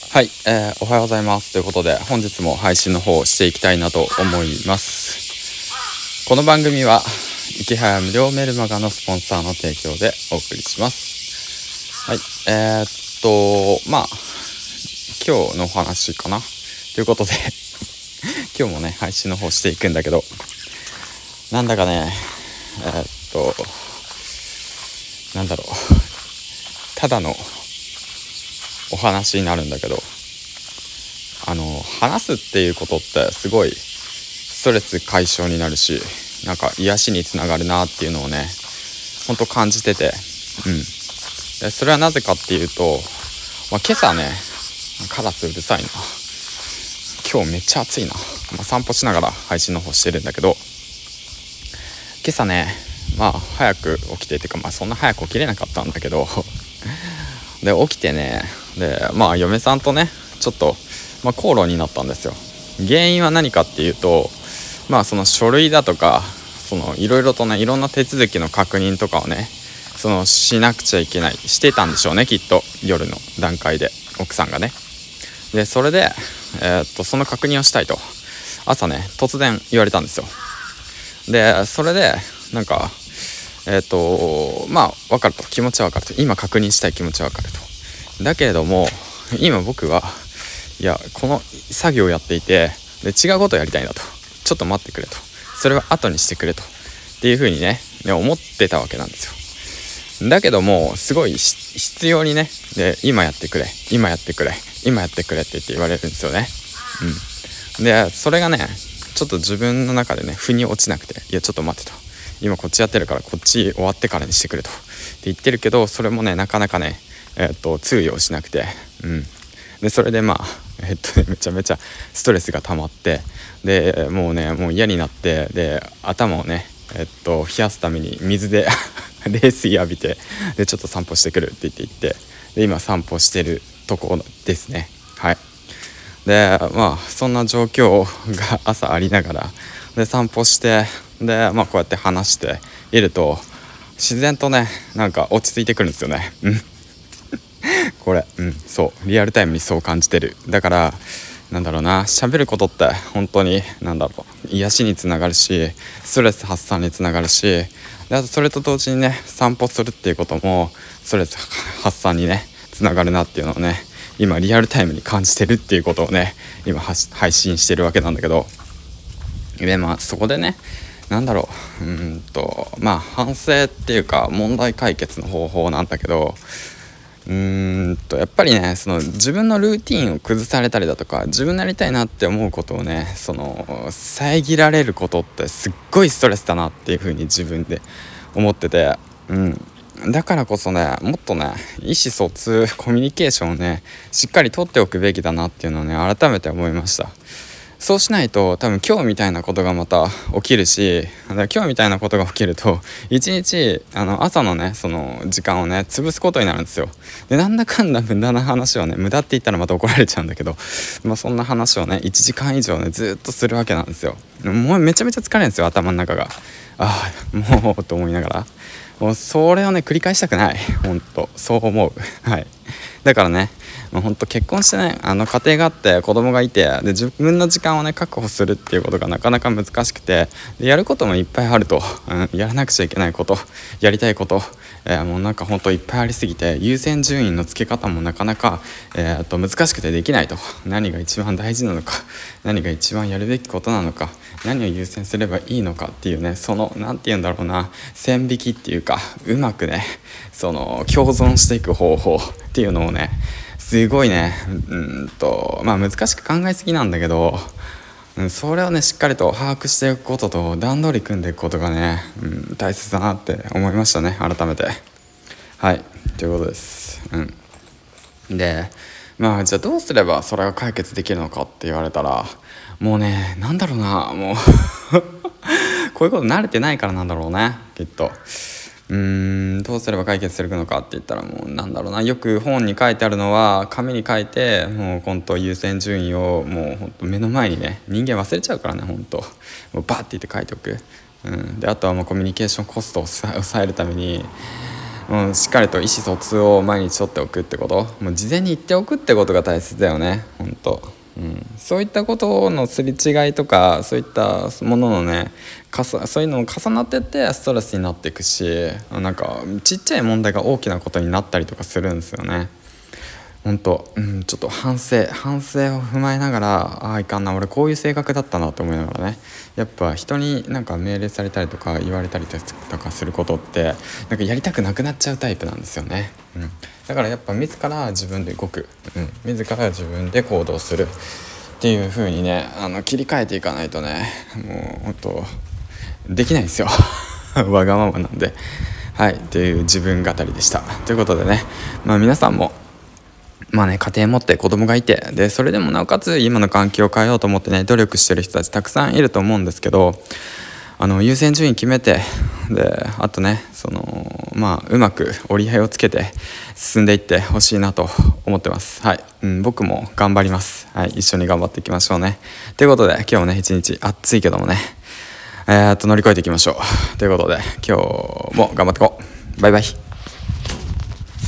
はい、おはようございますということで本日も配信の方をしていきたいなと思います。この番組は池早無料メルマガのスポンサーの提供でお送りします。はい、今日のお話かなということで今日もね配信の方していくんだけど、なんだかねただのお話になるんだけど、話すっていうことってすごいストレス解消になるし、なんか癒しにつながるなっていうのをねほんと感じてて、でそれはなぜかっていうと、今朝ねカラスうるさいな、今日めっちゃ暑いな、散歩しながら配信の方してるんだけど、今朝ね早く起きてっていうか、そんな早く起きれなかったんだけどで起きてね、で嫁さんとねちょっと、口論になったんですよ。原因は何かっていうと、その書類だとかいろいろとねいろんな手続きの確認とかをねしなくちゃいけないしてたんでしょうね、きっと夜の段階で奥さんがね。でそれで、その確認をしたいと朝ね突然言われたんですよ。でそれでなんか分かると、気持ちは分かると、今確認したい気持ちは分かると。だけれども今僕はいやこの作業をやっていて、で違うことをやりたいんだと、ちょっと待ってくれと、それは後にしてくれとっていう風にね思ってたわけなんですよ。だけどもすごい必要にね、で今やってくれって言って言われるんですよね。でそれがねちょっと自分の中でね腑に落ちなくて、いやちょっと待ってと、今こっちやってるからこっち終わってからにしてくれとって言ってるけど、それもねなかなかね通用しなくて、でそれでめちゃめちゃストレスが溜まって、でもう嫌になって、で頭をね冷やすために水で冷水浴びて、でちょっと散歩してくるって言ってで今散歩してるとこですね。はい。でそんな状況が朝ありながらで散歩して、でこうやって話していると自然とねなんか落ち着いてくるんですよね。これそうリアルタイムにそう感じてる。だから喋ることって本当に癒しにつながるし、ストレス発散につながるし、であとそれと同時にね散歩するっていうこともストレス発散にねつながるなっていうのをね今リアルタイムに感じてるっていうことをね今配信してるわけなんだけど、でそこでね反省っていうか問題解決の方法なんだけど、やっぱりね自分のルーティンを崩されたりだとか、自分なりたいなって思うことをね遮られることってすっごいストレスだなっていう風に自分で思ってて、だからこそねもっとね意思疎通コミュニケーションをねしっかり取っておくべきだなっていうのをね改めて思いました。そうしないと多分今日みたいなことがまた起きるし、今日みたいなことが起きると一日朝のね時間をね潰すことになるんですよ。でなんだかんだ無駄な話をね、無駄って言ったらまた怒られちゃうんだけど、そんな話をね1時間以上ねずっとするわけなんですよ。もうめちゃめちゃ疲れるんですよ、頭の中が。もうと思いながら、もうそれをね繰り返したくない、本当そう思う。はい。だからね本当結婚してね家庭があって子供がいて、で自分の時間をね確保するっていうことがなかなか難しくて、でやることもいっぱいあると、やらなくちゃいけないこと、やりたいこと、もう本当いっぱいありすぎて優先順位のつけ方もなかなか、難しくてできないと。何が一番大事なのか、何が一番やるべきことなのか、何を優先すればいいのかっていうね線引きっていうか、うまくね共存していく方法っていうのをねすごいね難しく考えすぎなんだけど、それをねしっかりと把握していくことと段取り組んでいくことがね、大切だなって思いましたね、改めて。はいということです。でじゃあどうすればそれが解決できるのかって言われたら、もうねもうこういうこと慣れてないからなんだろうね、きっと。どうすれば解決するのかって言ったら、もうよく本に書いてあるのは、紙に書いてもう本当優先順位をもう本当目の前にね、人間忘れちゃうからね、本当もうバッて言って書いておく。であとはもうコミュニケーションコストを抑えるためにしっかりと意思疎通を毎日取っておくってこと、もう事前に言っておくってことが大切だよね、本当。そういったことのすれ違いとか、そういったもののねそういうのを重なってってストレスになっていくし、なんかちっちゃい問題が大きなことになったりとかするんですよね。本当、ちょっと反省を踏まえながら、いかんな、俺こういう性格だったなと思いながらね、やっぱ人になんか命令されたりとか言われたりとかすることってなんかやりたくなくなっちゃうタイプなんですよね。だからやっぱ自ら自分で動く、自ら自分で行動するっていう風にね、切り替えていかないとね、もう本当できないんですよわがままなんで。はい、っていう自分語りでした。ということでね、皆さんも家庭持って子供がいて、でそれでもなおかつ今の環境を変えようと思ってね努力してる人たちたくさんいると思うんですけど、優先順位決めて、であとねうまく折り合いをつけて進んでいってほしいなと思ってます。はい、僕も頑張ります。はい、一緒に頑張っていきましょうね。ということで今日もね一日暑いけどもね乗り越えていきましょう。ということで今日も頑張っていこう。バイバイ。